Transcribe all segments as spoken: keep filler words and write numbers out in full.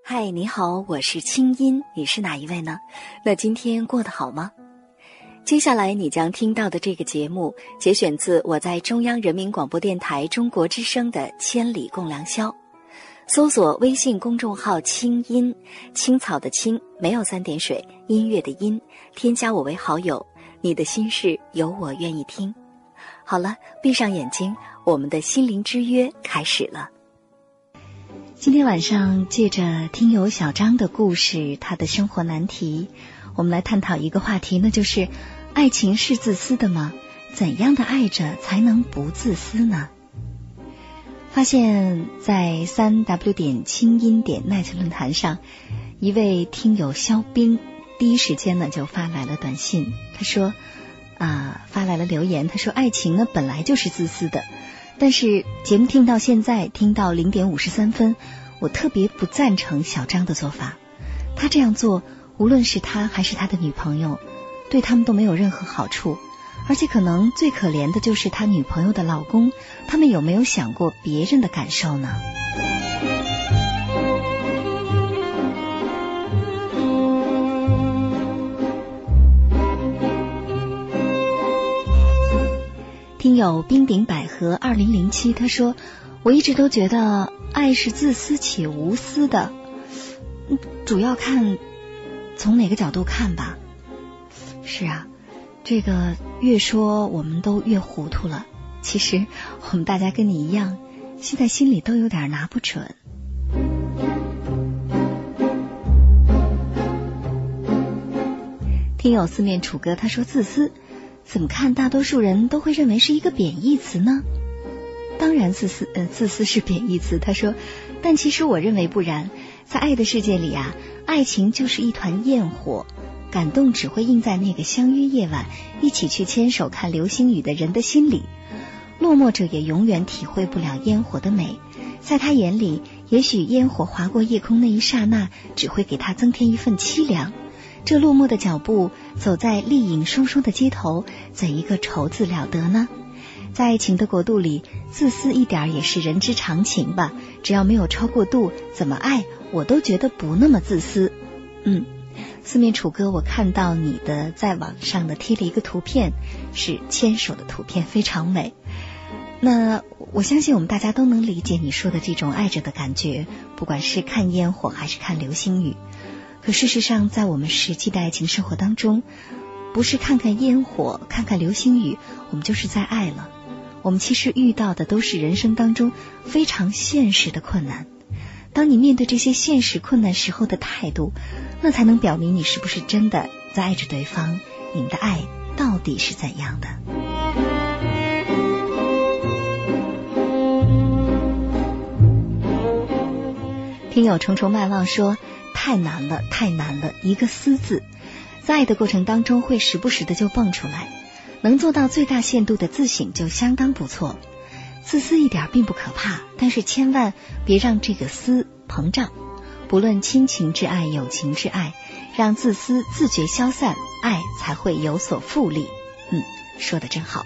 嗨，你好，我是清音，你是哪一位呢？那今天过得好吗？接下来你将听到的这个节目节选自我在中央人民广播电台中国之声的《千里共良宵》，搜索微信公众号清音，青草的青，没有三点水，音乐的音，添加我为好友，你的心事有我愿意听。好了，闭上眼睛，我们的心灵之约开始了。 今天晚上借着听友小张的故事，他的生活难题，我们来探讨一个话题，那就是爱情是自私的吗？怎样的爱着才能不自私呢？发现在 三 w 点清音点 net 论坛上，一位听友肖冰第一时间呢就发来了短信，他说啊，发来了留言，他说爱情呢本来就是自私的，但是节目听到现在，听到零点五十三分，我特别不赞成小张的做法。他这样做，无论是他还是他的女朋友，对他们都没有任何好处，而且可能最可怜的就是他女朋友的老公，他们有没有想过别人的感受呢？听友冰顶百合二零零七他说，我一直都觉得爱是自私且无私的，主要看从哪个角度看吧。是啊，这个越说我们都越糊涂了，其实我们大家跟你一样，现在心里都有点拿不准。听友四面楚歌他说，自私怎么看大多数人都会认为是一个贬义词呢？当然自私呃，自私是贬义词，他说，但其实我认为不然。在爱的世界里啊，爱情就是一团焰火，感动只会印在那个相约夜晚一起去牵手看流星雨的人的心里。落寞者也永远体会不了烟火的美，在他眼里，也许烟火划过夜空那一刹那只会给他增添一份凄凉。这落寞的脚步走在丽影双双的街头，怎一个愁字了得呢？在爱情的国度里，自私一点也是人之常情吧，只要没有超过度，怎么爱我都觉得不那么自私。嗯，四面楚歌，我看到你的在网上的贴了一个图片，是牵手的图片，非常美。那我相信我们大家都能理解你说的这种爱着的感觉，不管是看烟火还是看流星雨。可事实上，在我们实际的爱情生活当中，不是看看烟火看看流星雨我们就是在爱了。我们其实遇到的都是人生当中非常现实的困难，当你面对这些现实困难时候的态度，那才能表明你是不是真的在爱着对方，你们的爱到底是怎样的。听友重重麦望说，太难了太难了，一个私字在爱的过程当中会时不时的就蹦出来，能做到最大限度的自省就相当不错。自私一点并不可怕，但是千万别让这个私膨胀。不论亲情之爱友情之爱，让自私自觉消散，爱才会有所复利。嗯，说得真好。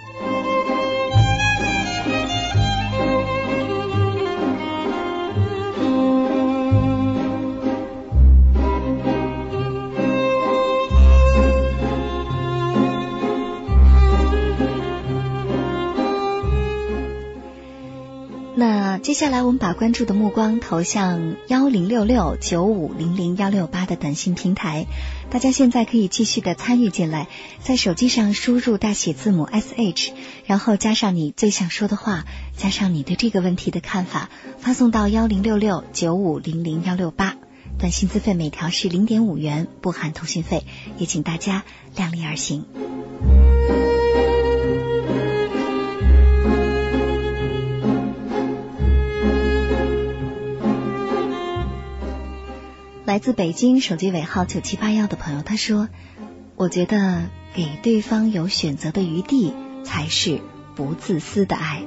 那接下来我们把关注的目光投向幺零六六九五零零幺六八的短信平台，大家现在可以继续的参与进来，在手机上输入大写字母 S H， 然后加上你最想说的话，加上你对这个问题的看法，发送到幺零六六九五零零幺六八，短信资费每条是 零点五元，不含通讯费，也请大家量力而行。来自北京手机尾号九七八一的朋友他说，我觉得给对方有选择的余地才是不自私的爱。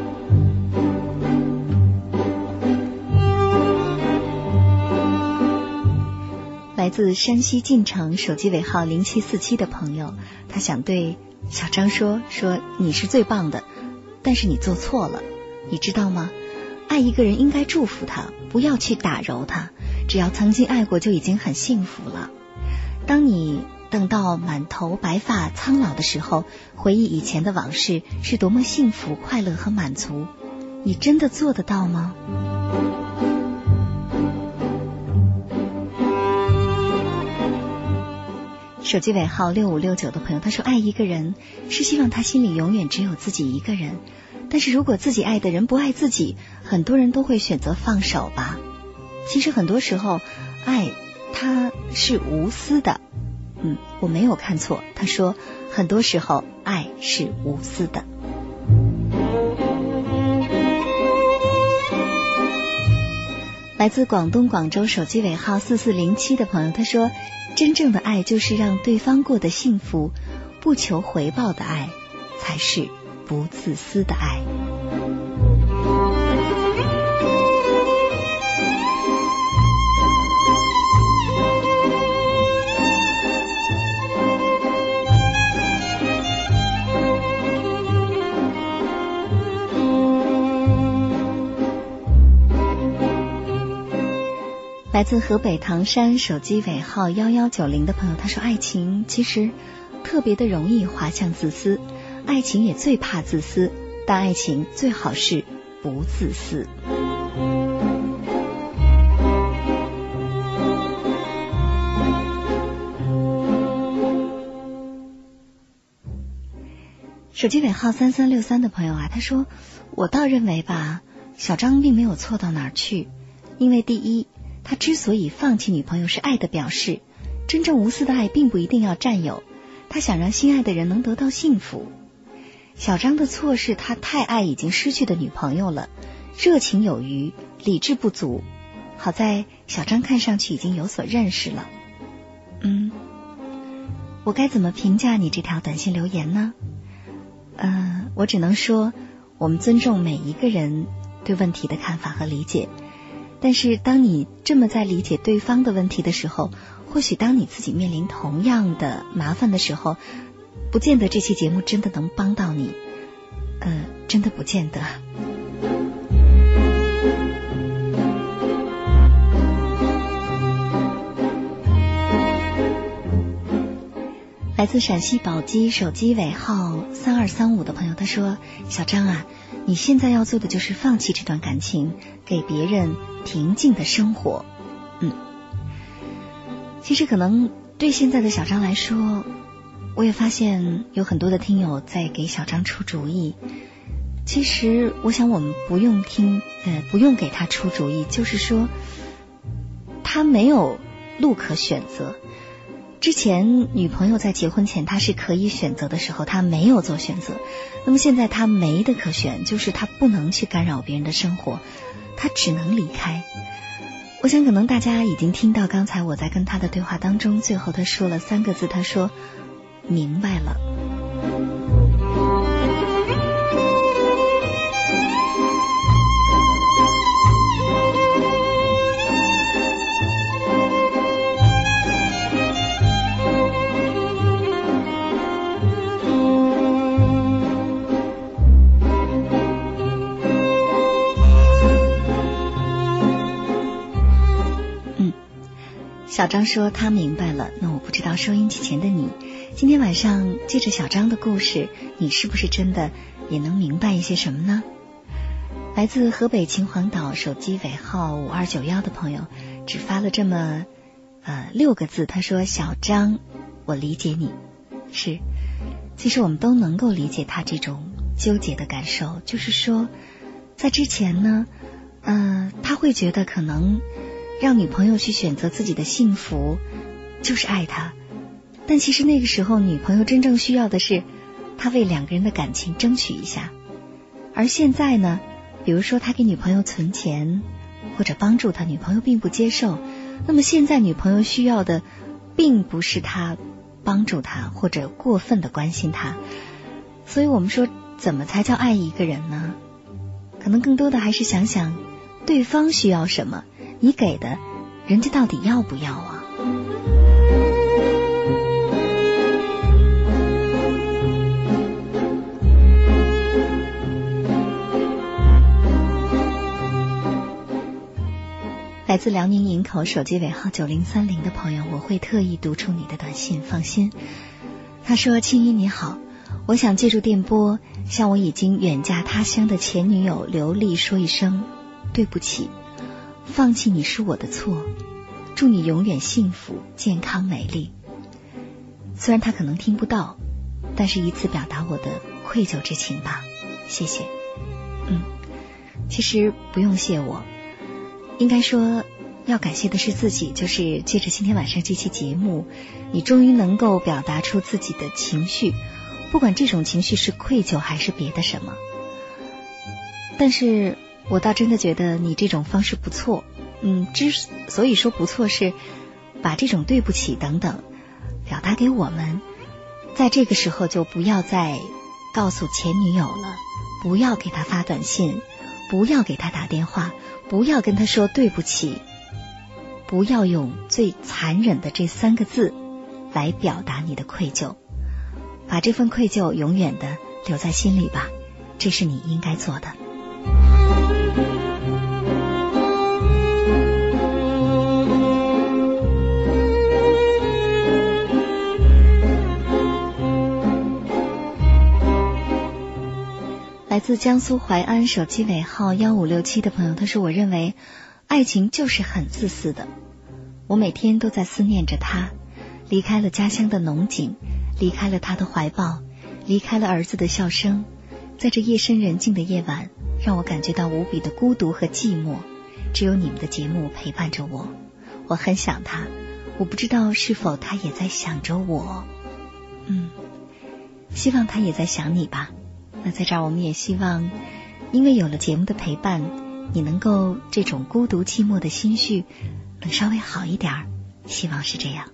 来自山西晋城手机尾号零七四七的朋友，他想对小张说，说你是最棒的，但是你做错了，你知道吗？爱一个人应该祝福他，不要去打揉他， 只要曾经爱过就已经很幸福了。当你等到满头白发苍老的时候，回忆以前的往事是多么幸福、快乐和满足，你真的做得到吗？手机尾号六五六九的朋友他说，爱一个人是希望他心里永远只有自己一个人，但是如果自己爱的人不爱自己，很多人都会选择放手吧。其实很多时候爱它是无私的，嗯，我没有看错，他说很多时候爱是无私的。来自广东广州手机尾号四四零七的朋友他说，真正的爱就是让对方过得幸福，不求回报的爱才是不自私的爱。来自河北唐山手机尾号一一九零的朋友他说，爱情其实特别的容易滑向自私，爱情也最怕自私，但爱情最好是不自私。手机尾号三三六三的朋友啊，他说，我倒认为吧，小张并没有错到哪儿去，因为第一，他之所以放弃女朋友是爱的表示，真正无私的爱并不一定要占有，他想让心爱的人能得到幸福。小张的错是他太爱已经失去的女朋友了，热情有余，理智不足。好在小张看上去已经有所认识了。嗯，我该怎么评价你这条短信留言呢？呃，我只能说，我们尊重每一个人对问题的看法和理解。但是当你这么在理解对方的问题的时候，或许当你自己面临同样的麻烦的时候，不见得这期节目真的能帮到你，呃，真的不见得。来自陕西宝鸡手机尾号三二三五的朋友他说，小张啊，你现在要做的就是放弃这段感情，给别人平静的生活。嗯，其实可能对现在的小张来说，我也发现有很多的听友在给小张出主意。其实我想我们不用听呃，不用给他出主意，就是说他没有路可选择。之前女朋友在结婚前他是可以选择的时候，他没有做选择，那么现在他没得可选，就是他不能去干扰别人的生活，他只能离开。我想可能大家已经听到刚才我在跟他的对话当中，最后他说了三个字，他说明白了。小张说他明白了，那我不知道收音机前的你，今天晚上借着小张的故事，你是不是真的也能明白一些什么呢？来自河北秦皇岛手机尾号五二九一的朋友只发了这么呃六个字，他说，小张，我理解你。是，其实我们都能够理解他这种纠结的感受，就是说在之前呢呃，他会觉得可能让女朋友去选择自己的幸福就是爱他，但其实那个时候女朋友真正需要的是他为两个人的感情争取一下。而现在呢，比如说他给女朋友存钱或者帮助他，女朋友并不接受，那么现在女朋友需要的并不是他帮助他或者过分的关心他。所以我们说怎么才叫爱一个人呢？可能更多的还是想想对方需要什么，你给的人家到底要不要啊？ 来自辽宁营口手机尾号九零三零的朋友，我会特意读出你的短信，放心。他说：青衣你好，我想借助电波向我已经远嫁他乡的前女友刘丽说一声对不起，放弃你是我的错，祝你永远幸福健康美丽。虽然他可能听不到，但是以此表达我的愧疚之情吧，谢谢。嗯，其实不用谢我，应该说要感谢的是自己，就是借着今天晚上这期节目，你终于能够表达出自己的情绪，不管这种情绪是愧疚还是别的什么。但是我倒真的觉得你这种方式不错，嗯，之所以说不错是把这种对不起等等表达给我们，在这个时候就不要再告诉前女友了，不要给她发短信，不要给她打电话，不要跟她说对不起，不要用最残忍的这三个字来表达你的愧疚，把这份愧疚永远的留在心里吧，这是你应该做的。来自江苏淮安手机尾号一五六七的朋友，他说：我认为爱情就是很自私的，我每天都在思念着他，离开了家乡的农景，离开了他的怀抱，离开了儿子的笑声，在这夜深人静的夜晚，让我感觉到无比的孤独和寂寞，只有你们的节目陪伴着我，我很想他，我不知道是否他也在想着我。嗯，希望他也在想你吧。那在这儿我们也希望，因为有了节目的陪伴，你能够这种孤独寂寞的心绪能稍微好一点，希望是这样。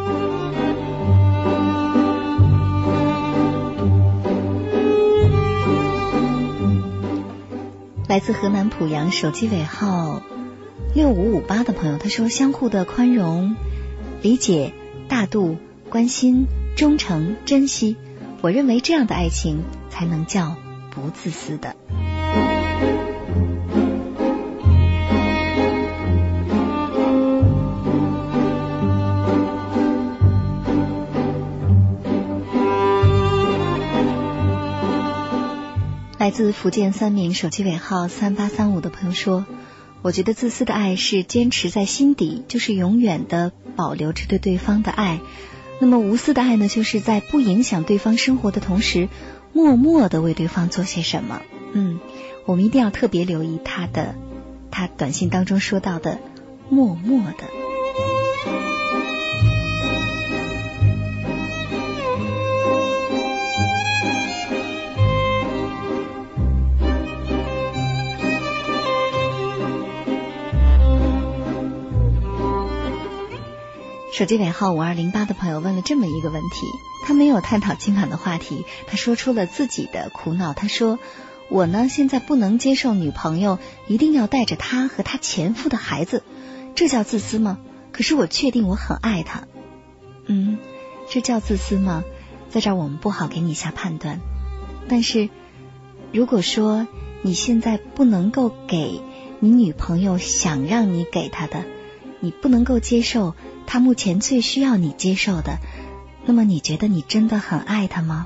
来自河南濮阳手机尾号六五五八的朋友，他说：相互的宽容、理解、大度、关心、忠诚、珍惜，我认为这样的爱情才能叫不自私的。来自福建三明手机尾号三八三五的朋友说：我觉得自私的爱是坚持在心底，就是永远的保留着对对方的爱。那么无私的爱呢，就是在不影响对方生活的同时，默默的为对方做些什么。嗯，我们一定要特别留意他的，他短信当中说到的默默的。手机尾号五二零八的朋友问了这么一个问题，他没有探讨今晚的话题，他说出了自己的苦恼。他说：我呢现在不能接受女朋友一定要带着他和他前夫的孩子，这叫自私吗？可是我确定我很爱他。嗯，这叫自私吗？在这儿我们不好给你下判断，但是如果说你现在不能够给你女朋友想让你给她的，你不能够接受他目前最需要你接受的，那么你觉得你真的很爱他吗？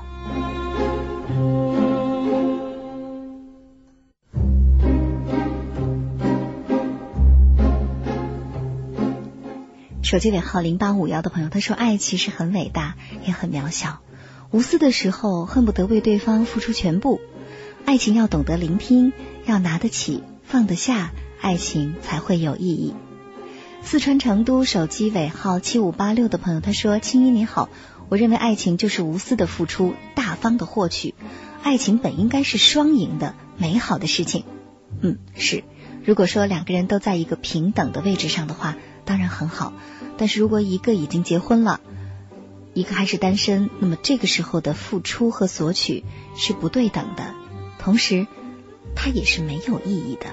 手机尾号零八五幺的朋友，他说：爱其实很伟大，也很渺小。无私的时候，恨不得为对方付出全部。爱情要懂得聆听，要拿得起，放得下，爱情才会有意义。四川成都手机尾号七五八六的朋友，他说：青衣你好，我认为爱情就是无私的付出，大方的获取，爱情本应该是双赢的美好的事情。嗯，是，如果说两个人都在一个平等的位置上的话，当然很好，但是如果一个已经结婚了，一个还是单身，那么这个时候的付出和索取是不对等的，同时它也是没有意义的。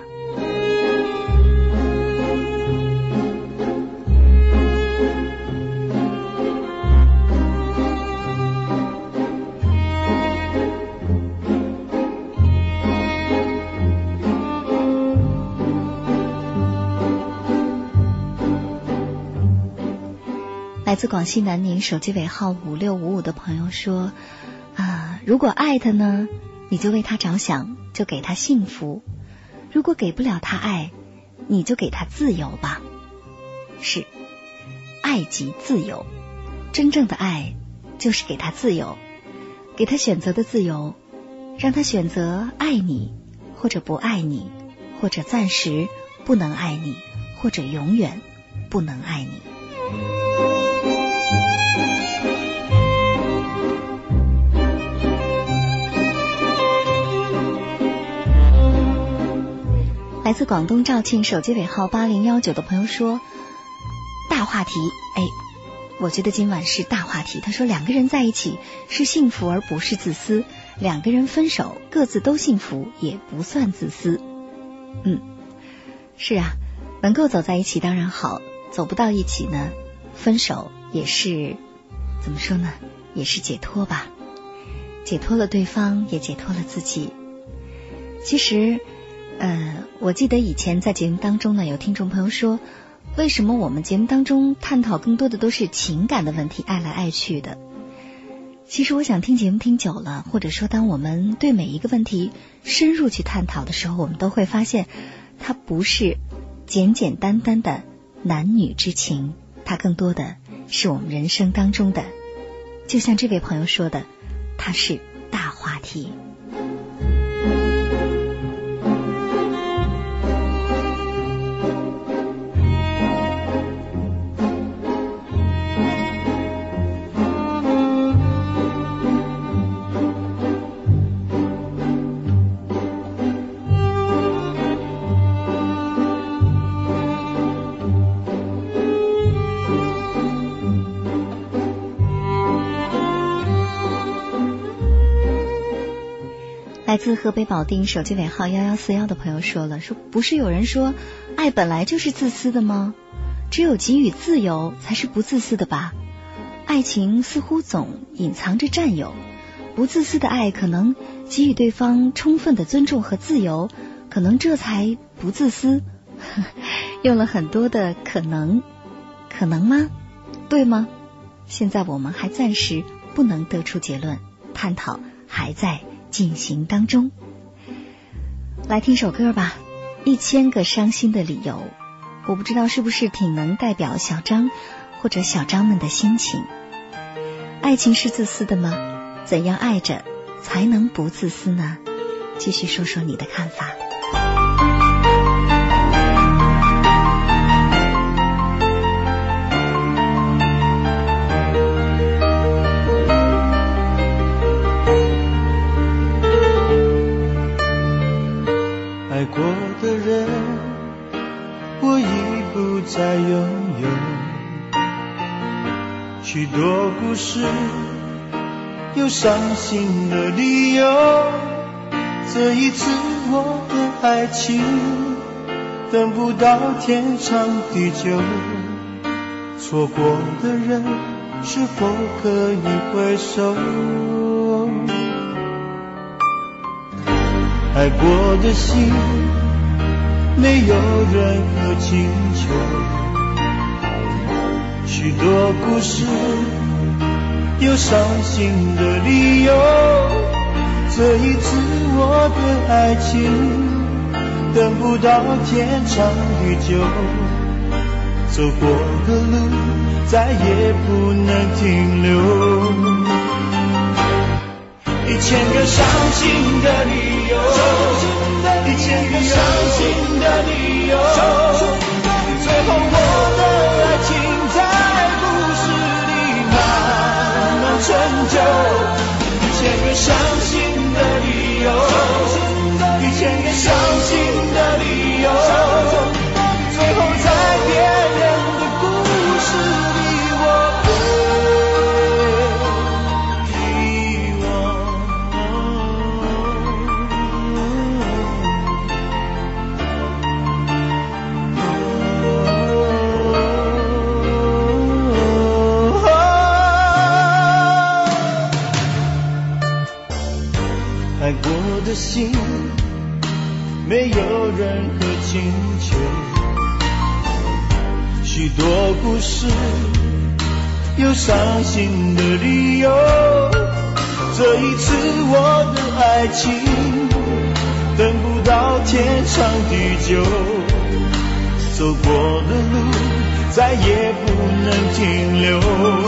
来自广西南宁手机尾号五六五五的朋友说啊，如果爱他呢，你就为他着想，就给他幸福；如果给不了他爱，你就给他自由吧。是，爱即自由，真正的爱就是给他自由，给他选择的自由，让他选择爱你，或者不爱你，或者暂时不能爱你，或者永远不能爱你。来自广东肇庆手机尾号八零一九的朋友说，大话题，哎，我觉得今晚是大话题。他说两个人在一起是幸福而不是自私，两个人分手各自都幸福也不算自私。嗯，是啊，能够走在一起当然好，走不到一起呢，分手也是怎么说呢，也是解脱吧，解脱了对方，也解脱了自己。其实呃，我记得以前在节目当中呢，有听众朋友说，为什么我们节目当中探讨更多的都是情感的问题，爱来爱去的。其实我想听节目听久了，或者说当我们对每一个问题深入去探讨的时候，我们都会发现它不是简简单单的男女之情，它更多的是我们人生当中的，就像这位朋友说的，它是大话题。来自河北保定手机尾号幺幺四幺的朋友说了，说不是有人说爱本来就是自私的吗？只有给予自由才是不自私的吧？爱情似乎总隐藏着占有，不自私的爱可能给予对方充分的尊重和自由，可能这才不自私。用了很多的可能，可能吗？对吗？现在我们还暂时不能得出结论，探讨还在进行当中。来听首歌吧，一千个伤心的理由。我不知道是不是挺能代表小张或者小张们的心情。爱情是自私的吗？怎样爱着才能不自私呢？继续说说你的看法。 爱过的人我已不再拥有，许多故事有伤心的理由，这一次我的爱情等不到天长地久，错过的人是否可以回首？爱过的心没有任何请求，许多故事有伤心的理由，这一次我的爱情等不到天长地久，走过的路再也不能停留。一千个伤心的理由，一千个伤心的理由，最后我的爱情在故事里慢慢成就。一千个伤心的理由，一千个伤心的理由，最后在别人的故事里我心没有任何请求，许多故事有伤心的理由。这一次我的爱情等不到天长地久，走过的路再也不能停留。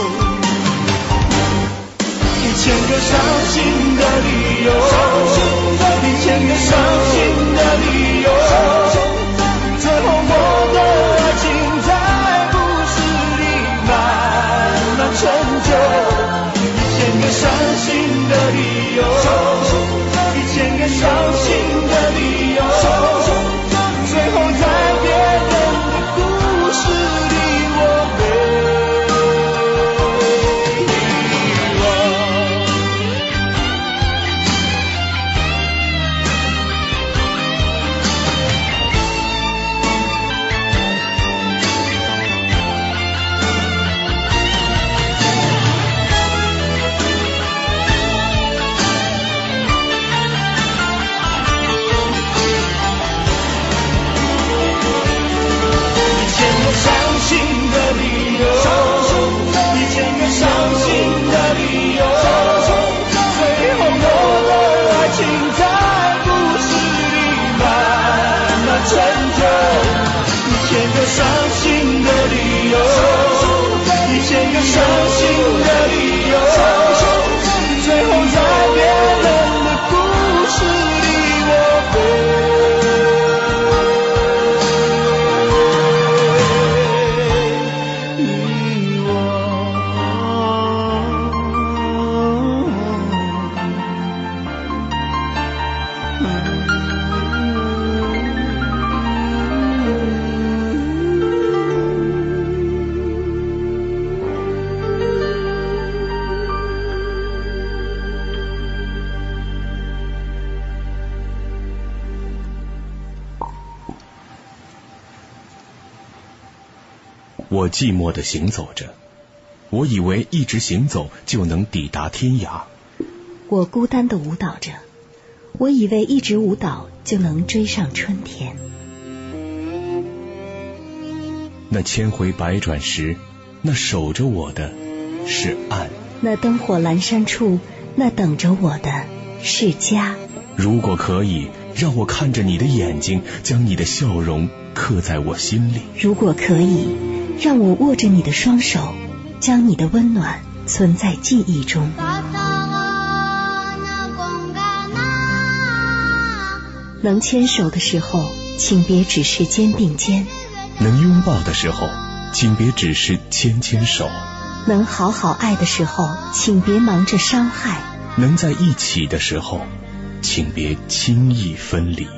一千个伤心的理由，一千个伤心的理由，最后我的爱情在故事里慢慢成就。一千个伤心的理由，一千个伤心的理由，最后在别人的故事里我被遗忘。伤心的理由，一千个伤心的理由，最后在别人的故事里我被遗忘。 我寂寞地行走着，我以为一直行走就能抵达天涯。 我孤单地舞蹈着，我以为一直舞蹈就能追上春天。 那千回百转时，那守着我的是岸； 那灯火阑珊处，那等着我的是家。 如果可以，让我看着你的眼睛，将你的笑容刻在我心里。 如果可以，让我握着你的双手，将你的温暖存在记忆中。能牵手的时候，请别只是肩并肩； 能拥抱的时候，请别只是牵牵手； 能好好爱的时候，请别忙着伤害； 能在一起的时候，请别轻易分离。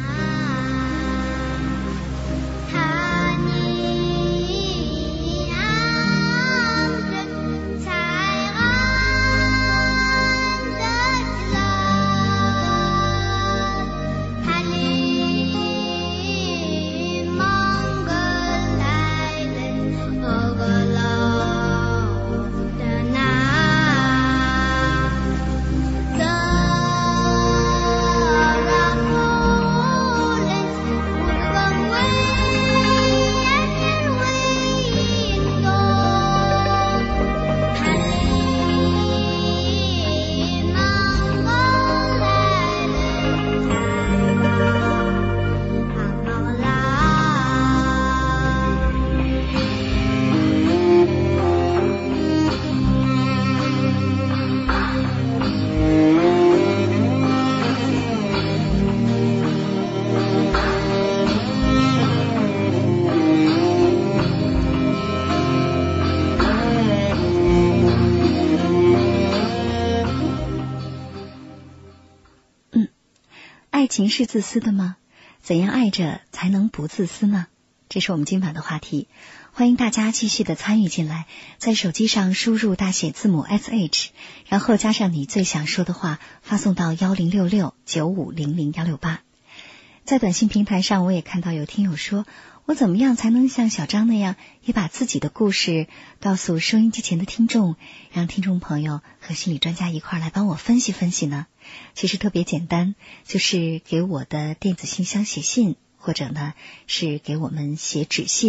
爱情是自私的吗？怎样爱着才能不自私呢？这是我们今晚的话题，欢迎大家继续的参与进来，在手机上输入大写字母 S H， 然后加上你最想说的话，发送到幺零六六九五零零幺六八。在短信平台上，我也看到有听友说，我怎么样才能像小张那样，也把自己的故事告诉收音机前的听众，让听众朋友和心理专家一块来帮我分析分析呢？其实特别简单，就是给我的电子信箱写信，或者呢是给我们写纸信，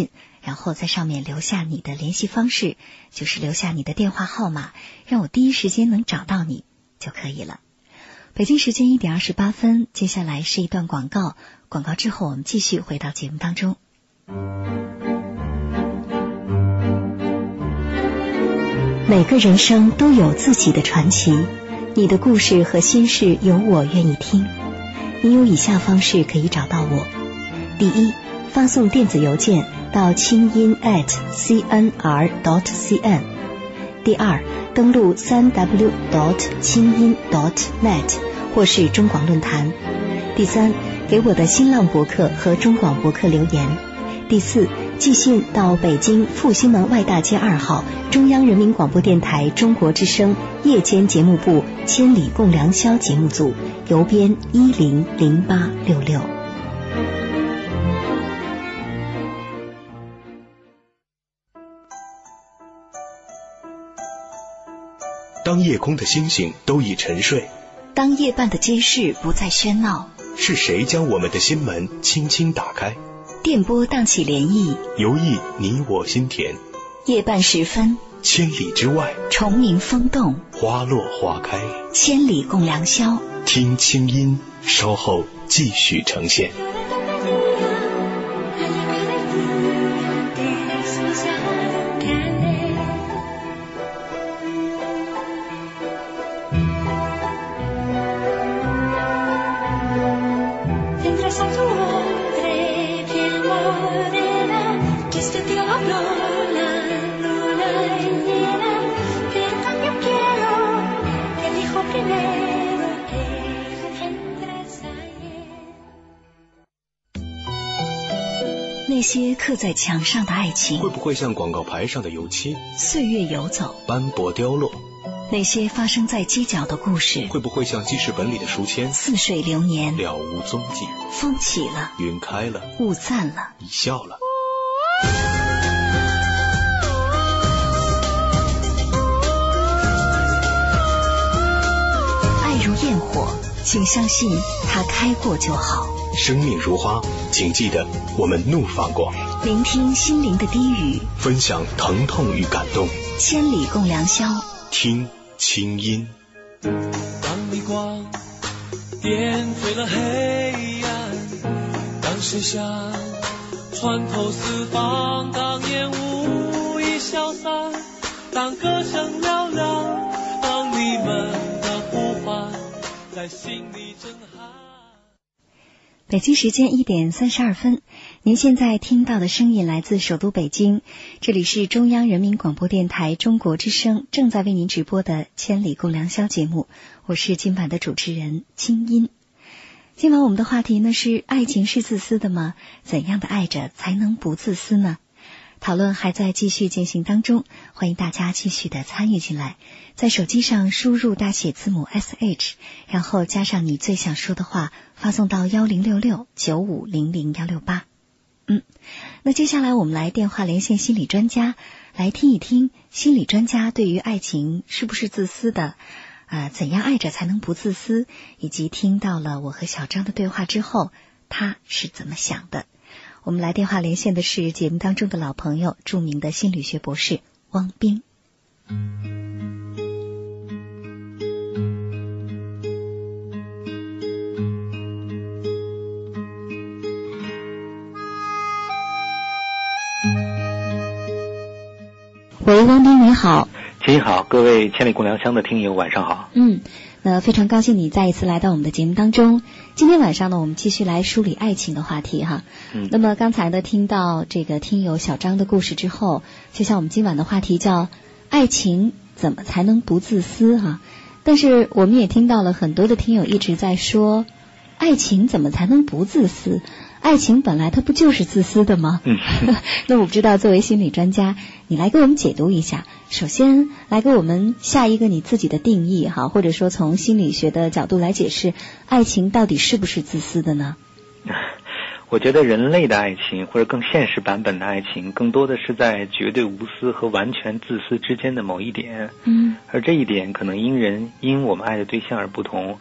然后在上面留下你的联系方式，就是留下你的电话号码，让我第一时间能找到你就可以了。北京时间一点二十八分，接下来是一段广告，广告之后我们继续回到节目当中。每个人生都有自己的传奇，你的故事和心事有我愿意听。你有以下方式可以找到我：第一，发送电子邮件到清音 at c n r dot c n； 第二，登录 三 w dot 清音 dot net 或是中广论坛；第三，给我的新浪博客和中广博客留言；第四，寄信到北京复兴门外大街二号中央人民广播电台中国之声夜间节目部千里共良宵节目组，邮编一零零八六六。 当夜空的星星都已沉睡， 当夜半的街市不再喧闹， 是谁将我们的心门轻轻打开？ 电波荡起涟漪， 游弋你我心田。 夜半时分， 千里之外， 虫鸣风动， 花落花开， 千里共良宵。 听清音，稍后继续呈现。 那些刻在墙上的爱情， 会不会像广告牌上的油漆， 岁月游走， 斑驳凋落？ 那些发生在街角的故事， 会不会像记事本里的书签， 似水流年， 了无踪迹？ 风起了， 云开了， 雾散了， 你笑了。 爱如焰火，请相信它开过就好。 生命如花，请记得我们怒放过。 聆听心灵的低语， 分享疼痛与感动， 千里共良宵。 听清音。 当逆光点缀了黑暗，当盛夏穿透四方，当烟雾已消散，当歌声嘹亮，当你们的呼唤在心里震撼。 北京时间一点三十二分，您现在听到的声音来自首都北京，这里是中央人民广播电台中国之声正在为您直播的千里共良宵节目，我是今晚的主持人清音。今晚我们的话题呢是：爱情是自私的吗？怎样的爱着才能不自私呢？讨论还在继续进行当中，欢迎大家继续的参与进来，在手机上输入大写字母 S H， 然后加上你最想说的话，发送到幺零六六九五零零幺六八。嗯，那接下来我们来电话连线心理专家，来听一听心理专家对于爱情是不是自私的，呃，怎样爱着才能不自私，以及听到了我和小张的对话之后，他是怎么想的。我们来电话连线的是节目当中的老朋友，著名的心理学博士汪斌。喂，汪斌你好。 您好，各位千里共良宵的听友晚上好。 嗯，那非常高兴你再一次来到我们的节目当中。今天晚上呢，我们继续来梳理爱情的话题哈。嗯，那么刚才呢，听到这个听友小张的故事之后，就像我们今晚的话题叫爱情怎么才能不自私哈。但是我们也听到了很多的听友一直在说，爱情怎么才能不自私？爱情本来它不就是自私的吗？嗯，那我不知道作为心理专家，你来给我们解读一下。首先来给我们下一个你自己的定义哈，或者说从心理学的角度来解释，爱情到底是不是自私的呢？ 我觉得人类的爱情或者更现实版本的爱情，更多的是在绝对无私和完全自私之间的某一点。嗯，而这一点可能因人因我们爱的对象而不同。我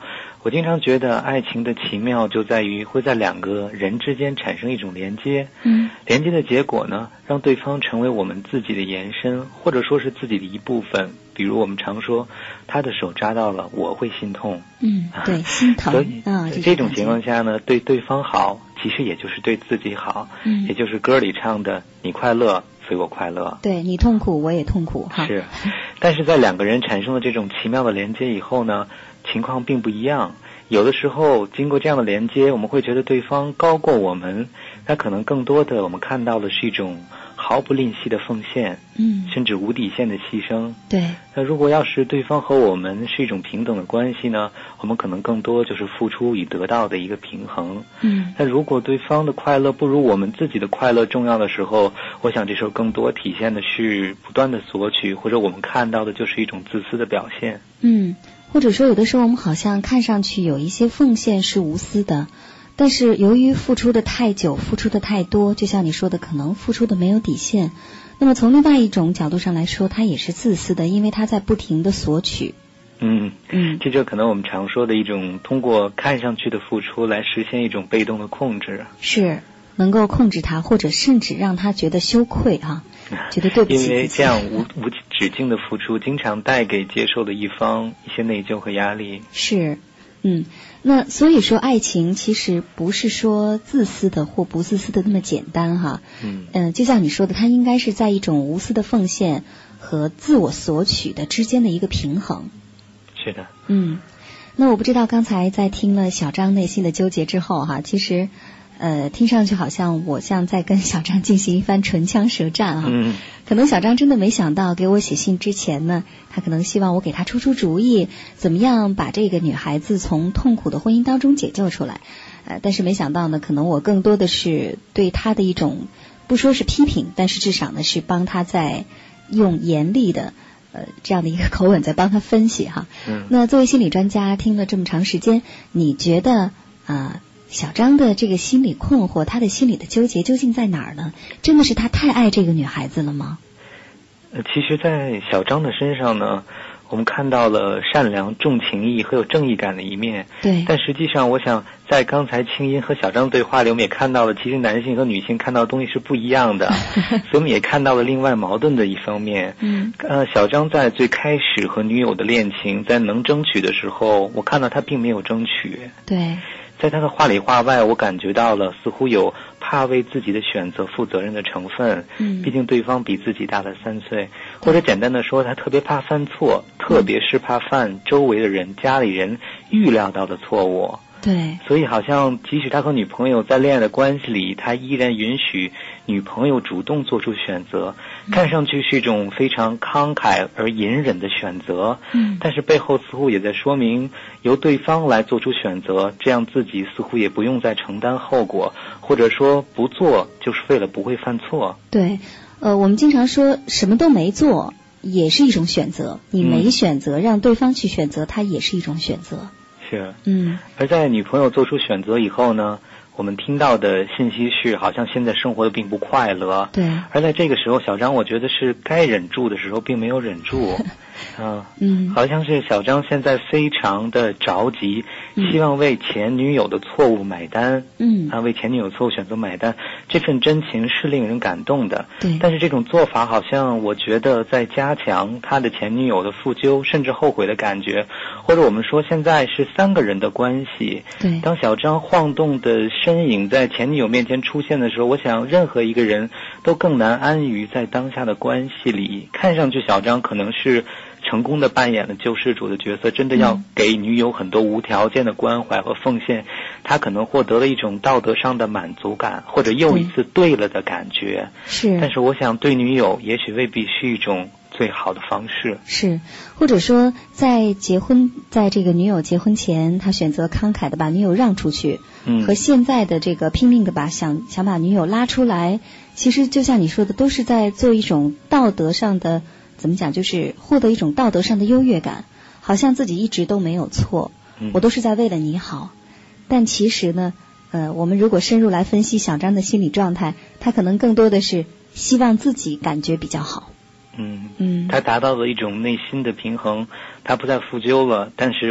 我经常觉得爱情的奇妙就在于会在两个人之间产生一种连接， 嗯， 连接的结果呢，让对方成为我们自己的延伸，或者说是自己的一部分。比如我们常说，他的手扎到了，我会心痛。 嗯，对，心疼。 所以、 啊、 这种情况下呢，对对方好，其实也就是对自己好。 嗯， 也就是歌里唱的，你快乐，所以我快乐。 对，你痛苦，我也痛苦。哈， 是。但是在两个人产生了这种奇妙的连接以后呢，情况并不一样。有的时候经过这样的连接，我们会觉得对方高过我们，那可能更多的我们看到的是一种毫不吝惜的奉献， 嗯， 甚至无底线的牺牲。 对。 那如果要是对方和我们是一种平等的关系呢，我们可能更多就是付出与得到的一个平衡。 嗯。 那如果对方的快乐不如我们自己的快乐重要的时候，我想这时候更多体现的是不断的索取，或者我们看到的就是一种自私的表现。 嗯。或者说有的时候我们好像看上去有一些奉献是无私的，但是由于付出的太久，付出的太多，就像你说的，可能付出的没有底线。那么从另外一种角度上来说，他也是自私的，因为他在不停的索取。 嗯嗯， 这就可能我们常说的一种通过看上去的付出来实现一种被动的控制。 是，能够控制他，或者甚至让他觉得羞愧啊，觉得对不起自己。 因为这样无无止境的付出，经常带给接受的一方一些内疚和压力。 是。嗯，那所以说爱情其实不是说自私的或不自私的那么简单哈。 嗯， 呃，就像你说的，它应该是在一种无私的奉献和自我索取的之间的一个平衡。 是的。 嗯，那我不知道刚才在听了小张内心的纠结之后哈，其实呃，听上去好像我像在跟小张进行一番唇枪舌战啊。 嗯， 可能小张真的没想到给我写信之前呢，他可能希望我给他出出主意，怎么样把这个女孩子从痛苦的婚姻当中解救出来。呃，但是没想到呢，可能我更多的是对他的一种不说是批评，但是至少呢是帮他在用严厉的呃这样的一个口吻在帮他分析哈。 嗯， 那作为心理专家，听了这么长时间，你觉得啊？呃小张的这个心理困惑，他的心理的纠结究竟在哪儿呢？真的是他太爱这个女孩子了吗？ 呃，其实在小张的身上呢，我们看到了善良、重情义和有正义感的一面。 对。 但实际上我想在刚才清音和小张对话里，我们也看到了其实男性和女性看到的东西是不一样的。所以我们也看到了另外矛盾的一方面。 嗯。 呃，小张在最开始和女友的恋情在能争取的时候，我看到他并没有争取。 对。 在他的话里话外，我感觉到了似乎有怕为自己的选择负责任的成分。 嗯， 毕竟对方比自己大了三岁，或者简单的说，他特别怕犯错，特别是怕犯周围的人、家里人预料到的错误。 对， 所以好像即使他和女朋友在恋爱的关系里，他依然允许女朋友主动做出选择，看上去是一种非常慷慨而隐忍的选择。 嗯， 但是背后似乎也在说明由对方来做出选择，这样自己似乎也不用再承担后果，或者说不做就是为了不会犯错。 对，呃，我们经常说什么都没做也是一种选择，你没选择、嗯、让对方去选择，它也是一种选择。 是， 嗯， 而在女朋友做出选择以后呢，我们听到的信息是好像现在生活的并不快乐。 对， 而在这个时候，小张我觉得是该忍住的时候并没有忍住。嗯嗯， 好像是小张现在非常的着急，嗯、希望为前女友的错误买单。 嗯， 啊，为前女友错误选择买单，这份真情是令人感动的。 对， 但是这种做法好像我觉得在加强他的前女友的负疚甚至后悔的感觉，或者我们说现在是三个人的关系。 对， 当小张晃动的身影在前女友面前出现的时候，我想任何一个人都更难安于在当下的关系里。看上去小张可能是成功的扮演了救世主的角色，真的要给女友很多无条件的关怀和奉献，他可能获得了一种道德上的满足感，或者又一次对了的感觉。 是， 但是我想对女友也许未必是一种最好的方式。 是，或者说在结婚，在这个女友结婚前，他选择慷慨的把女友让出去， 嗯， 和现在的这个拼命的把想想把女友拉出来，其实就像你说的，都是在做一种道德上的。怎么讲，就是获得一种道德上的优越感，好像自己一直都没有错，我都是在为了你好。但其实呢，呃，我们如果深入来分析小张的心理状态，他可能更多的是希望自己感觉比较好。 嗯嗯， 他达到了一种内心的平衡，他不再负疚了，但是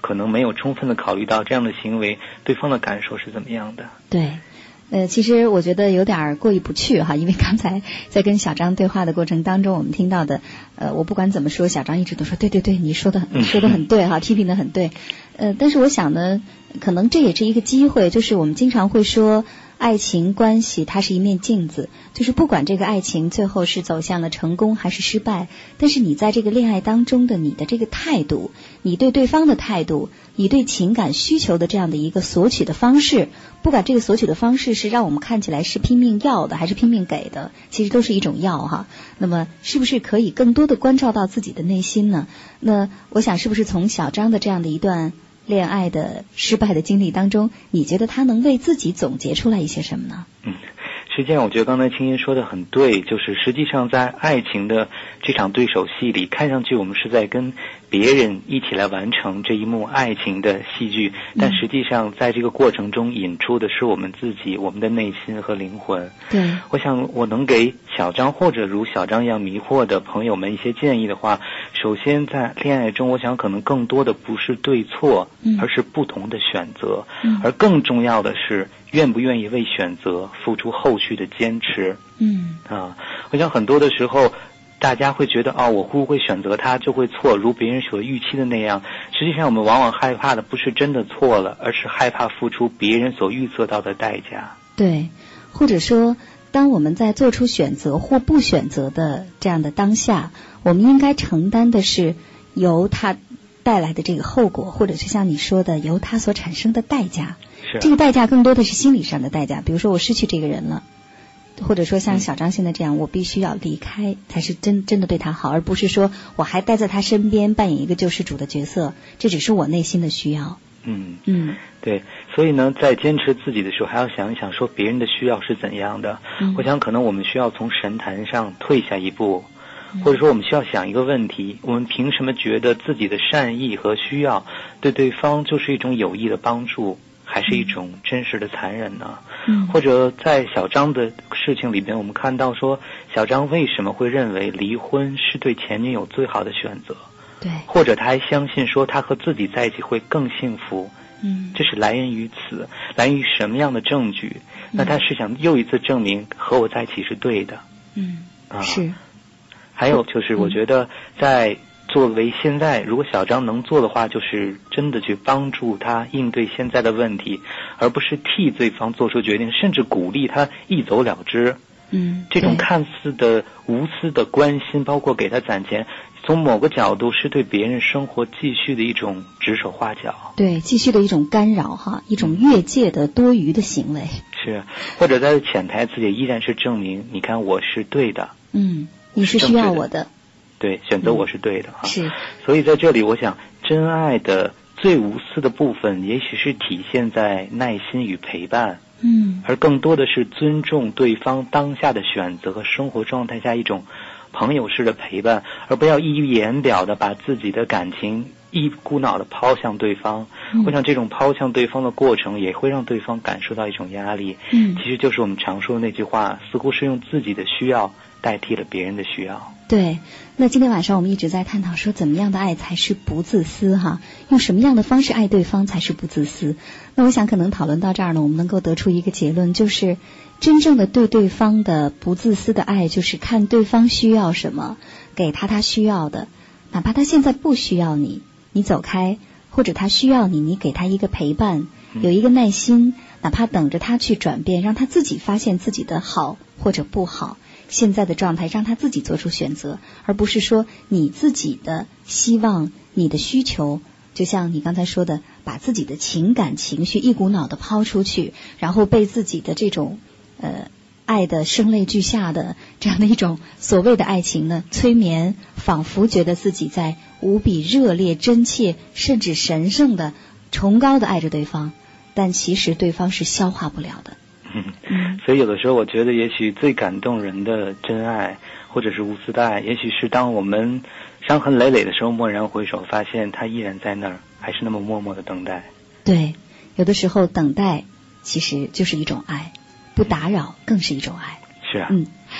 可能没有充分的考虑到这样的行为对方的感受是怎么样的。 对。呃，其实我觉得有点过意不去哈，因为刚才在跟小张对话的过程当中，我们听到的，呃，我不管怎么说，小张一直都说对对对，你说的你说的很对哈，批评的很对。呃，但是我想呢，可能这也是一个机会，就是我们经常会说，爱情关系它是一面镜子，就是不管这个爱情最后是走向了成功还是失败，但是你在这个恋爱当中的你的这个态度，你对对方的态度，你对情感需求的这样的一个索取的方式，不管这个索取的方式是让我们看起来是拼命要的还是拼命给的，其实都是一种要哈。那么是不是可以更多的关照到自己的内心呢？那我想是不是从小张的这样的一段恋爱的失败的经历当中，你觉得他能为自己总结出来一些什么呢？ 嗯，实际上我觉得刚才青音说的很对，就是实际上在爱情的这场对手戏里，看上去我们是在跟别人一起来完成这一幕爱情的戏剧，但实际上在这个过程中引出的是我们自己，我们的内心和灵魂。 对， 我想我能给小张或者如小张一样迷惑的朋友们一些建议的话，首先在恋爱中，我想可能更多的不是对错， 嗯、 而是不同的选择、 嗯、 而更重要的是愿不愿意为选择付出后续的坚持。 嗯啊，我想很多的时候大家会觉得哦，我会不会选择他就会错，如别人所预期的那样。实际上我们往往害怕的不是真的错了，而是害怕付出别人所预测到的代价。 对，或者说当我们在做出选择或不选择的这样的当下，我们应该承担的是由他带来的这个后果，或者是像你说的由他所产生的代价。 是、啊、 这个代价更多的是心理上的代价，比如说我失去这个人了，或者说像小张现在这样、嗯、我必须要离开才是真真的对他好，而不是说我还待在他身边扮演一个救世主的角色，这只是我内心的需要。 嗯嗯， 对，所以呢，在坚持自己的时候，还要想一想说别人的需要是怎样的。 嗯、 我想可能我们需要从神坛上退下一步，或者说我们需要想一个问题，我们凭什么觉得自己的善意和需要对对方就是一种有益的帮助，还是一种真实的残忍呢？ 嗯， 或者在小张的事情里边，我们看到说小张为什么会认为离婚是对前女友最好的选择？ 对， 或者他还相信说他和自己在一起会更幸福。 嗯， 这是来源于此，来源于什么样的证据？那他是想又一次证明和我在一起是对的。 嗯， 啊， 是。 还有就是我觉得在作为现在如果小张能做的话，就是真的去帮助他应对现在的问题，而不是替对方做出决定，甚至鼓励他一走了之。 嗯， 这种看似的无私的关心，包括给他攒钱，从某个角度是对别人生活继续的一种指手画脚。 对，继续的一种干扰哈，一种越界的多余的行为。 是，或者在潜台词里依然是证明，你看我是对的。 嗯，你是需要我的。 对，选择我是对的、嗯、哈。 是。 所以在这里，我想真爱的最无私的部分，也许是体现在耐心与陪伴。 嗯， 而更多的是尊重对方当下的选择和生活状态下一种朋友式的陪伴，而不要溢于言表的把自己的感情一股脑的抛向对方。 嗯、 我想这种抛向对方的过程也会让对方感受到一种压力。 嗯， 其实就是我们常说的那句话，似乎是用自己的需要代替了别人的需要。 对，那今天晚上我们一直在探讨说怎么样的爱才是不自私哈，用什么样的方式爱对方才是不自私。那我想可能讨论到这儿呢，我们能够得出一个结论，就是真正的对对方的不自私的爱，就是看对方需要什么，给他他需要的，哪怕他现在不需要你，你走开，或者他需要你，你给他一个陪伴，有一个耐心，哪怕等着他去转变，让他自己发现自己的好或者不好，现在的状态让他自己做出选择，而不是说你自己的希望，你的需求，就像你刚才说的，把自己的情感情绪一股脑的抛出去，然后被自己的这种呃爱的声泪俱下的这样的一种所谓的爱情呢催眠，仿佛觉得自己在无比热烈真切甚至神圣的崇高的爱着对方，但其实对方是消化不了的。 嗯，所以有的时候我觉得也许最感动人的真爱或者是无私的爱，也许是当我们伤痕累累的时候蓦然回首，发现他依然在那儿，还是那么默默的等待。 对，有的时候等待其实就是一种爱，不打扰更是一种爱。 是啊。 嗯，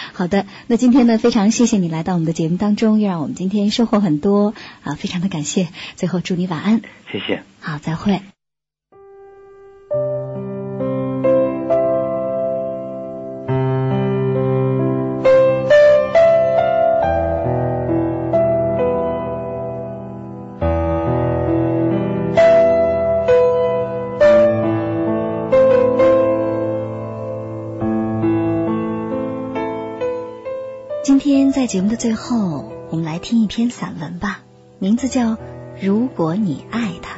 好的，那今天呢，非常谢谢你来到我们的节目当中，又让我们今天收获很多啊，非常的感谢。最后祝你晚安。 谢谢。 好，再会。今天在节目的最后，我们来听一篇散文吧，名字叫《如果你爱他》。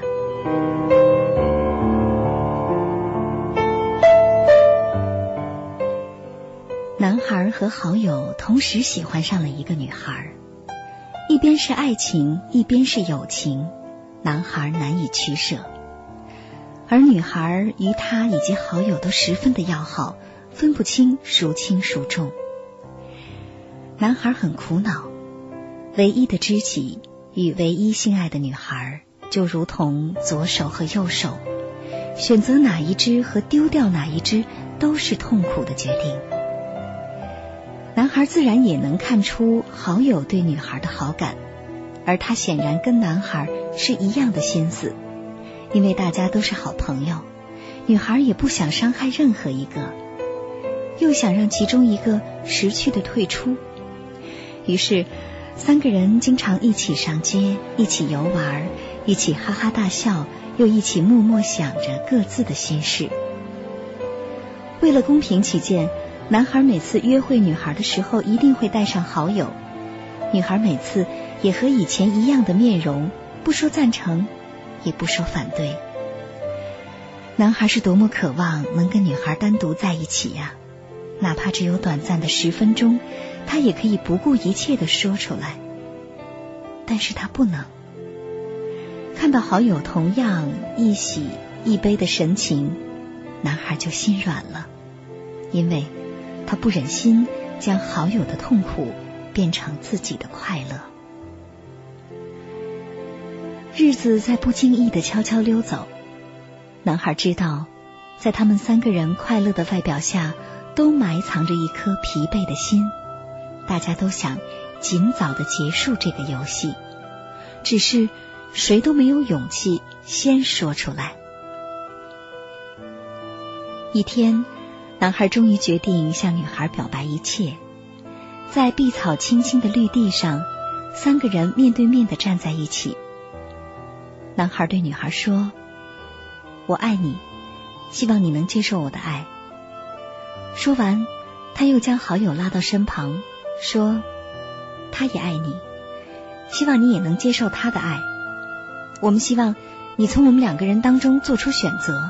男孩和好友同时喜欢上了一个女孩，一边是爱情，一边是友情，男孩难以取舍，而女孩与他以及好友都十分的要好，分不清孰轻孰重。男孩很苦恼，唯一的知己与唯一心爱的女孩就如同左手和右手，选择哪一只和丢掉哪一只都是痛苦的决定。男孩自然也能看出好友对女孩的好感，而他显然跟男孩是一样的心思，因为大家都是好朋友，女孩也不想伤害任何一个，又想让其中一个识趣的退出。于是三个人经常一起上街，一起游玩，一起哈哈大笑，又一起默默想着各自的心事。为了公平起见，男孩每次约会女孩的时候一定会带上好友，女孩每次也和以前一样的面容，不说赞成，也不说反对。男孩是多么渴望能跟女孩单独在一起呀，哪怕只有短暂的十分钟，他也可以不顾一切地说出来，但是他不能。看到好友同样一喜一悲的神情，男孩就心软了，因为他不忍心将好友的痛苦变成自己的快乐。日子在不经意地悄悄溜走，男孩知道，在他们三个人快乐的外表下，都埋藏着一颗疲惫的心。大家都想尽早的结束这个游戏，只是谁都没有勇气先说出来。一天，男孩终于决定向女孩表白一切。在碧草青青的绿地上，三个人面对面地站在一起。男孩对女孩说：“我爱你，希望你能接受我的爱。”说完，他又将好友拉到身旁，说：“他也爱你，希望你也能接受他的爱。我们希望你从我们两个人当中做出选择。”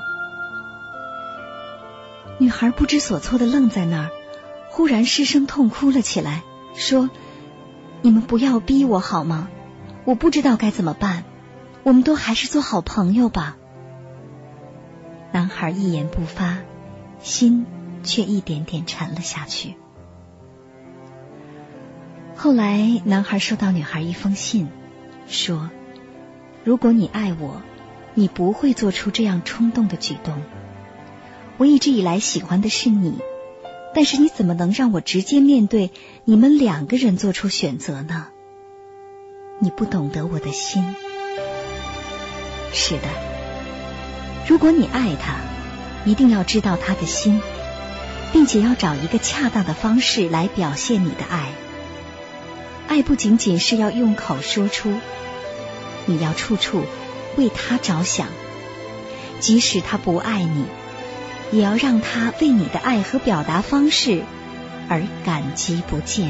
女孩不知所措地愣在那儿，忽然失声痛哭了起来，说：“你们不要逼我好吗？我不知道该怎么办，我们都还是做好朋友吧。”男孩一言不发，心却一点点沉了下去。后来男孩收到女孩一封信，说：“如果你爱我，你不会做出这样冲动的举动。我一直以来喜欢的是你，但是你怎么能让我直接面对你们两个人做出选择呢？你不懂得我的心。”是的，如果你爱他，一定要知道他的心，并且要找一个恰当的方式来表现你的爱。爱不仅仅是要用口说出，你要处处为他着想，即使他不爱你，也要让他为你的爱和表达方式而感激不尽。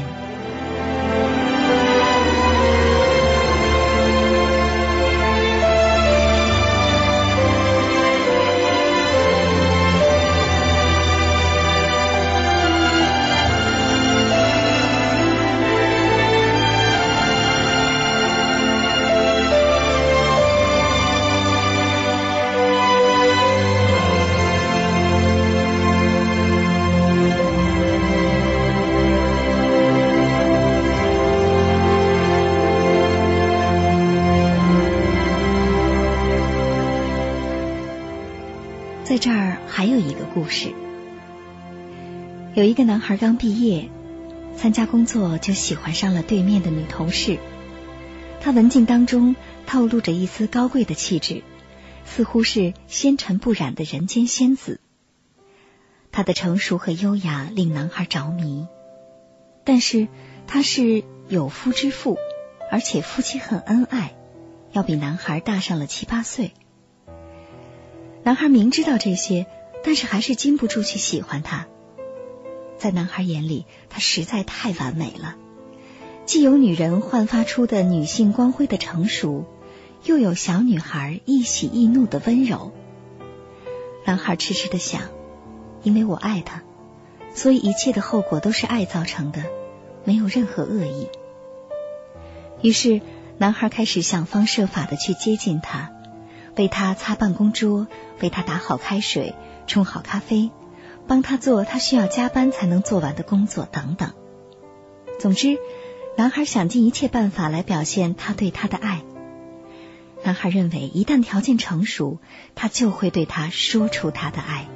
在这儿还有一个故事，有一个男孩刚毕业， 参加工作就喜欢上了对面的女同事。她文静当中透露着一丝高贵的气质，似乎是纤尘不染的人间仙子。她的成熟和优雅令男孩着迷，但是她是有夫之妇，而且夫妻很恩爱，要比男孩大上了七八岁。男孩明知道这些，但是还是禁不住去喜欢她。在男孩眼里，她实在太完美了，既有女人焕发出的女性光辉的成熟，又有小女孩易喜易怒的温柔。男孩痴痴地想，因为我爱她，所以一切的后果都是爱造成的，没有任何恶意。于是男孩开始想方设法地去接近她，为她擦办公桌，为她打好开水，冲好咖啡，帮她做她需要加班才能做完的工作等等。总之，男孩想尽一切办法来表现他对她的爱。男孩认为一旦条件成熟，他就会对她说出他的爱。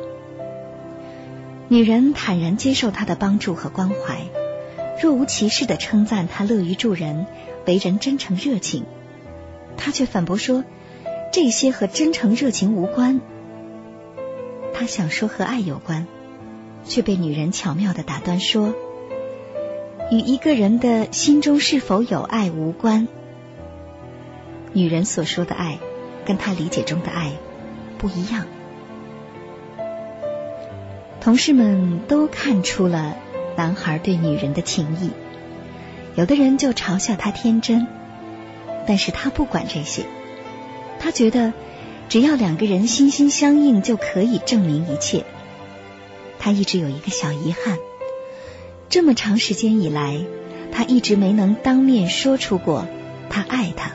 女人坦然接受他的帮助和关怀，若无其事地称赞他乐于助人，为人真诚热情。他却反驳说，这些和真诚热情无关。他想说和爱有关，却被女人巧妙地打断说，与一个人的心中是否有爱无关。女人所说的爱，跟他理解中的爱不一样。同事们都看出了男孩对女人的情意，有的人就嘲笑他天真，但是他不管这些，他觉得只要两个人心心相印就可以证明一切。他一直有一个小遗憾，这么长时间以来，他一直没能当面说出过他爱他。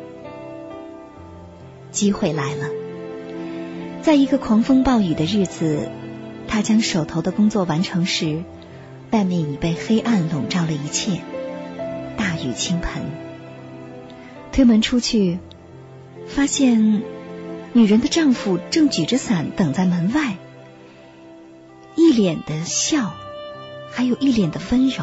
机会来了，在一个狂风暴雨的日子，他将手头的工作完成时，外面已被黑暗笼罩了一切，大雨倾盆。推门出去，发现女人的丈夫正举着伞等在门外，一脸的笑，还有一脸的温柔。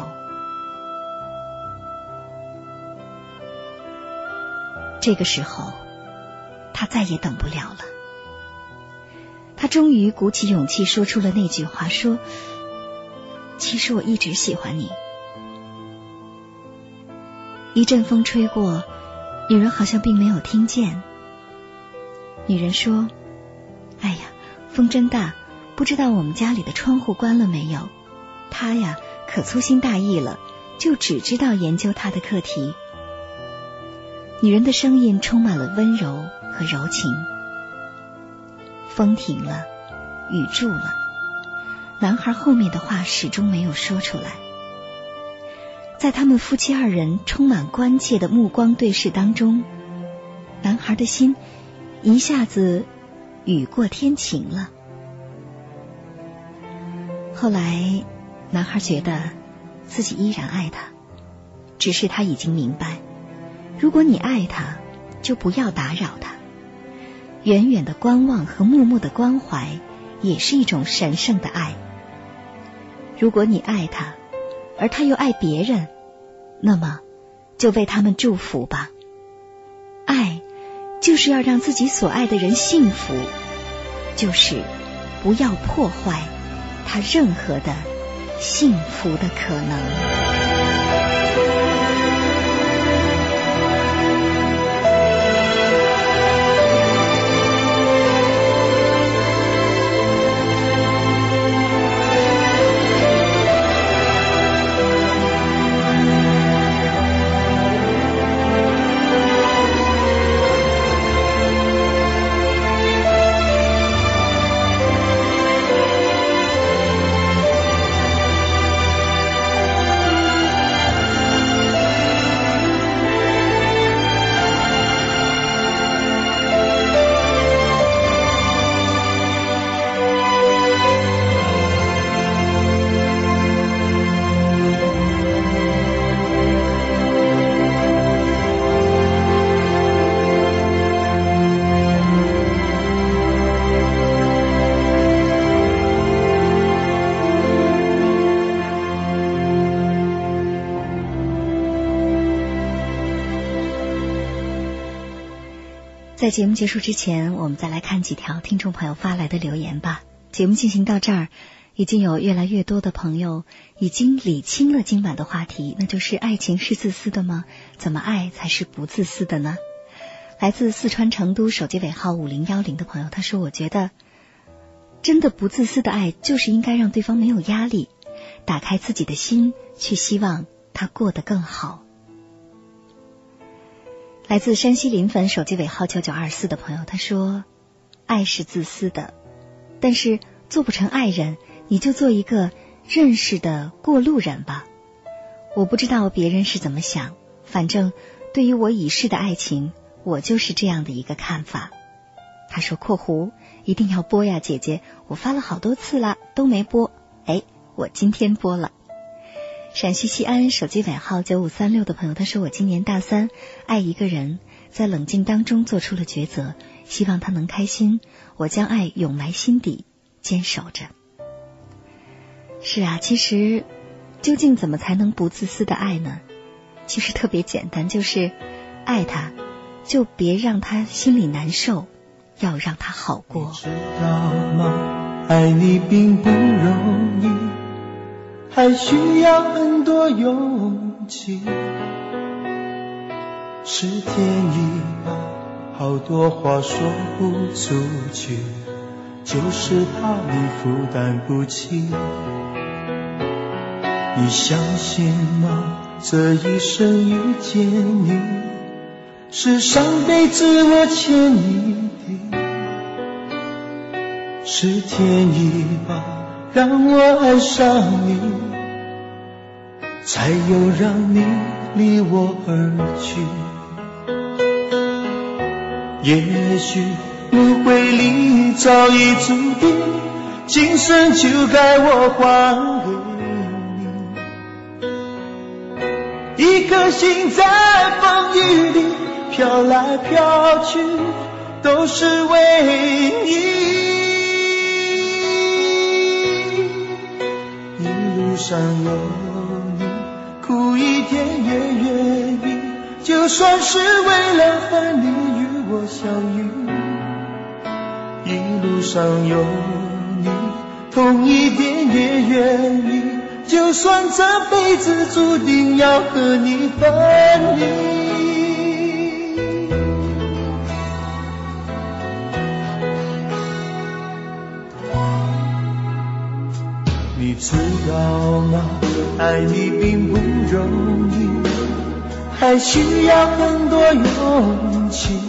这个时候，他再也等不了了。他终于鼓起勇气说出了那句话，说，其实我一直喜欢你。一阵风吹过，女人好像并没有听见。女人说，哎呀，风真大，不知道我们家里的窗户关了没有。他呀，可粗心大意了，就只知道研究他的课题。女人的声音充满了温柔和柔情。风停了，雨住了，男孩后面的话始终没有说出来。在他们夫妻二人充满关切的目光对视当中，男孩的心一下子雨过天晴了。后来男孩觉得自己依然爱她，只是他已经明白，如果你爱他，就不要打扰他。远远的观望和默默的关怀也是一种神圣的爱。如果你爱他，而他又爱别人，那么就为他们祝福吧。爱就是要让自己所爱的人幸福，就是不要破坏他任何的幸福的可能。 在节目结束之前，我们再来看几条听众朋友发来的留言吧。节目进行到这儿，已经有越来越多的朋友已经理清了今晚的话题，那就是爱情是自私的吗？怎么爱才是不自私的呢？来自四川成都手机尾号五零一零的朋友，他说，我觉得真的不自私的爱就是应该让对方没有压力，打开自己的心，去希望他过得更好。来自山西临汾手机尾号九九二四的朋友，他说，爱是自私的，但是做不成爱人，你就做一个认识的过路人吧。我不知道别人是怎么想，反正对于我已逝的爱情，我就是这样的一个看法。他说括弧一定要播呀姐姐，我发了好多次了都没播，哎，我今天播了。陕西西安手机尾号九五三六的朋友，他说，我今年大三，爱一个人，在冷静当中做出了抉择，希望他能开心，我将爱永埋心底，坚守着。是啊，其实究竟怎么才能不自私的爱呢？其实特别简单，就是爱他就别让他心里难受，要让他好过。 你知道吗？爱你并不容易，还需要很多勇气。是天意吧，好多话说不出去，就是怕你负担不起。你相信吗？这一生遇见你，是上辈子我欠你的。是天意吧，让我爱上你，才有让你离我而去。也许轮回里早已注定，今生就该我还给你。一颗心在风雨里飘来飘去，都是为你。一路上有你，苦一点也愿意，就算是为了和你与我相遇。一路上有你，痛一点也愿意，就算这辈子注定要和你分离。你知道吗？爱你并不容易，还需要很多勇气。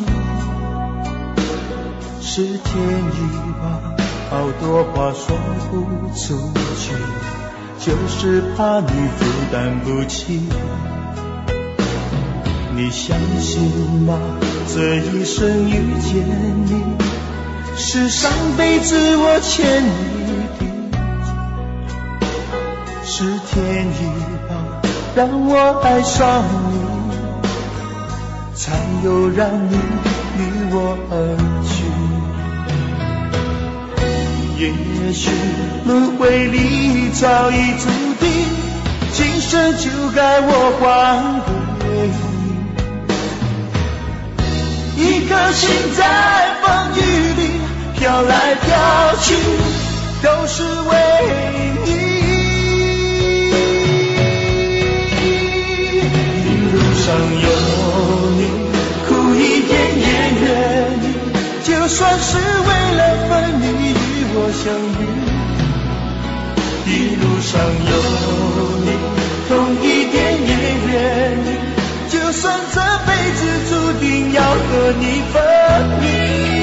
是天意吧，好多话说不出去，就是怕你负担不起。你相信吗？这一生遇见你，是上辈子我欠你的。是天意吧，让我爱上你，才有让你离我而去。也许轮回里早已注定，今生就该我还给你。一颗心在风雨里飘来飘去，都是为你。一路上有你，苦一点也愿意，就算是为了分离我相遇。一路上有你，痛一点也愿意，就算这辈子注定要和你分离。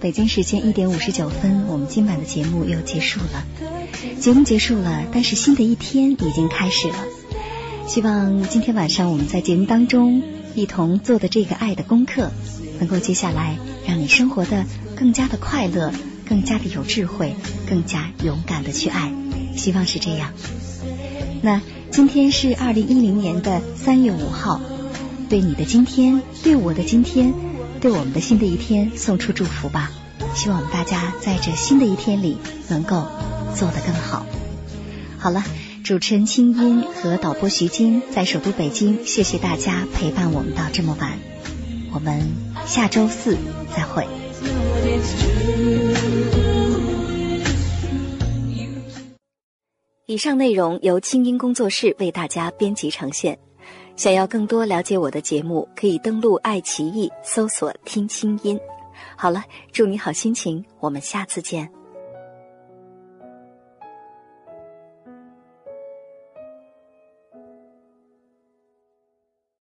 北京时间一点五十九分，我们今晚的节目又结束了。节目结束了，但是新的一天已经开始了。希望今天晚上我们在节目当中一同做的这个爱的功课，能够接下来让你生活的更加的快乐，更加的有智慧，更加勇敢的去爱。希望是这样。那今天是二零一零年的三月五号，对你的今天，对我的今天，对我们的新的一天送出祝福吧。希望我们大家在这新的一天里能够做得更好。好了，主持人清音和导播徐晶在首都北京，谢谢大家陪伴我们到这么晚。我们下周四再会。 以上内容由清音工作室为大家编辑呈现。想要更多了解我的节目，可以登录爱奇艺搜索听清音。好了，祝你好心情，我们下次见。